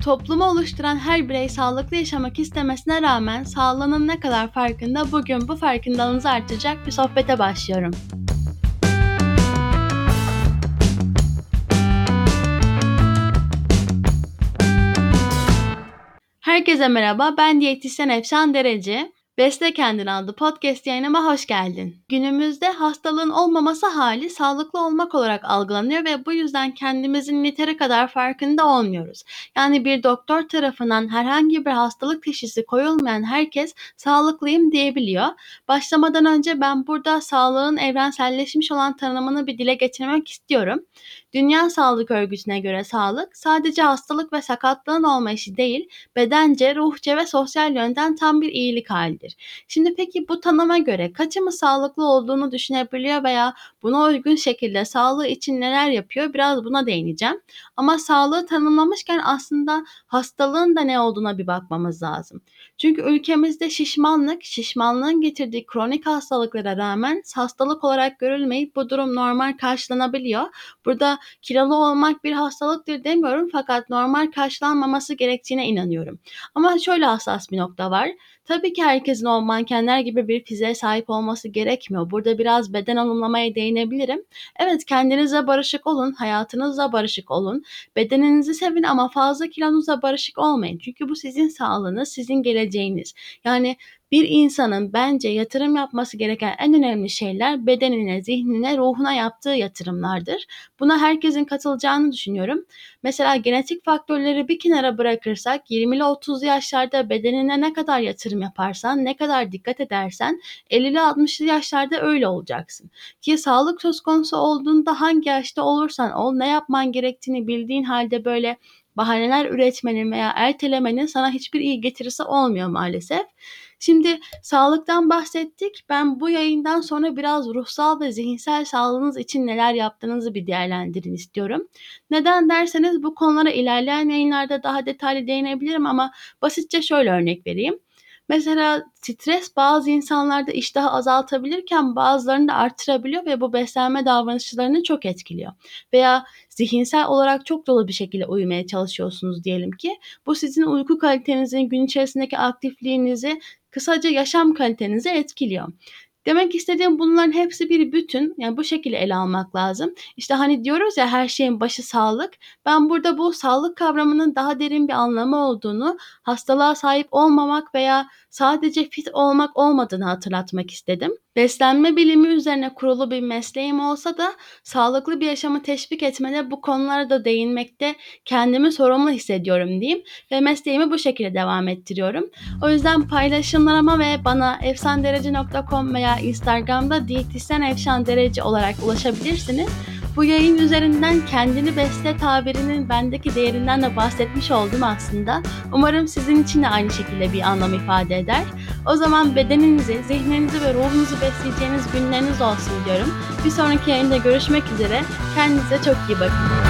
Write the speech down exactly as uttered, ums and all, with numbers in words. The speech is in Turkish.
Toplumu oluşturan her birey sağlıklı yaşamak istemesine rağmen sağlığının ne kadar farkında, bugün bu farkındalığınızı artıracak bir sohbete başlıyorum. Herkese merhaba, ben diyetisyen Efşan Dereci. Besle Kendini adlı podcast yayınıma hoş geldin. Günümüzde hastalığın olmaması hali sağlıklı olmak olarak algılanıyor ve bu yüzden kendimizin yeteri kadar farkında olmuyoruz. Yani bir doktor tarafından herhangi bir hastalık teşhisi koyulmayan herkes sağlıklıyım diyebiliyor. Başlamadan önce ben burada sağlığın evrenselleşmiş olan tanımını bir dile getirmek istiyorum. Dünya Sağlık Örgütü'ne göre sağlık sadece hastalık ve sakatlığın olma işi değil, bedence, ruhça ve sosyal yönden tam bir iyilik halidir. Şimdi peki bu tanıma göre kaçımız sağlıklı olduğunu düşünebiliyor veya buna uygun şekilde sağlığı için neler yapıyor, biraz buna değineceğim. Ama sağlığı tanımlamışken aslında hastalığın da ne olduğuna bir bakmamız lazım. Çünkü ülkemizde şişmanlık, şişmanlığın getirdiği kronik hastalıklara rağmen hastalık olarak görülmeyip bu durum normal karşılanabiliyor. Burada kilolu olmak bir hastalıktır demiyorum, fakat normal karşılanmaması gerektiğine inanıyorum. Ama şöyle hassas bir nokta var. Tabii ki herkesin o mankenler gibi bir fiziğe sahip olması gerekmiyor. Burada biraz beden olumlamaya değinebilirim. Evet, kendinizle barışık olun, hayatınızla barışık olun. Bedeninizi sevin ama fazla kilonuzla barışık olmayın. Çünkü bu sizin sağlığınız, sizin geleceğiniz. Yani bir insanın bence yatırım yapması gereken en önemli şeyler bedenine, zihnine, ruhuna yaptığı yatırımlardır. Buna herkesin katılacağını düşünüyorum. Mesela genetik faktörleri bir kenara bırakırsak yirmili otuzlu yaşlarda bedenine ne kadar yatırım yaparsan, ne kadar dikkat edersen ellili altmışlı yaşlarda öyle olacaksın. Ki sağlık söz konusu olduğunda hangi yaşta olursan ol, ne yapman gerektiğini bildiğin halde böyle bahaneler üretmenin veya ertelemenin sana hiçbir iyi getirisi olmuyor maalesef. Şimdi sağlıktan bahsettik. Ben bu yayından sonra biraz ruhsal ve zihinsel sağlığınız için neler yaptığınızı bir değerlendirin istiyorum. Neden derseniz bu konulara ilerleyen yayınlarda daha detaylı değinebilirim ama basitçe şöyle örnek vereyim. Mesela stres bazı insanlarda iştahı azaltabilirken bazılarını da artırabiliyor ve bu beslenme davranışlarını çok etkiliyor. Veya zihinsel olarak çok dolu bir şekilde uyumaya çalışıyorsunuz diyelim ki. Bu sizin uyku kalitenizin, gün içerisindeki aktifliğinizi, kısaca yaşam kalitenizi etkiliyor. Demek istediğim bunların hepsi bir bütün. Yani bu şekilde ele almak lazım. İşte hani diyoruz ya, her şeyin başı sağlık. Ben burada bu sağlık kavramının daha derin bir anlamı olduğunu, hastalığa sahip olmamak veya sadece fit olmak olmadığını hatırlatmak istedim. Beslenme bilimi üzerine kurulu bir mesleğim olsa da sağlıklı bir yaşamı teşvik etmede bu konulara da değinmekte kendimi sorumlu hissediyorum diyeyim ve mesleğimi bu şekilde devam ettiriyorum. O yüzden paylaşımlarıma ve bana efsandereci nokta com veya Instagram'da diyetisyen Efşan Dereci olarak ulaşabilirsiniz. Bu yayın üzerinden kendini besle tabirinin bendeki değerinden de bahsetmiş oldum aslında. Umarım sizin için de aynı şekilde bir anlam ifade eder. O zaman bedeninizi, zihninizi ve ruhunuzu besleyeceğiniz günleriniz olsun diyorum. Bir sonraki yayında görüşmek üzere. Kendinize çok iyi bakın.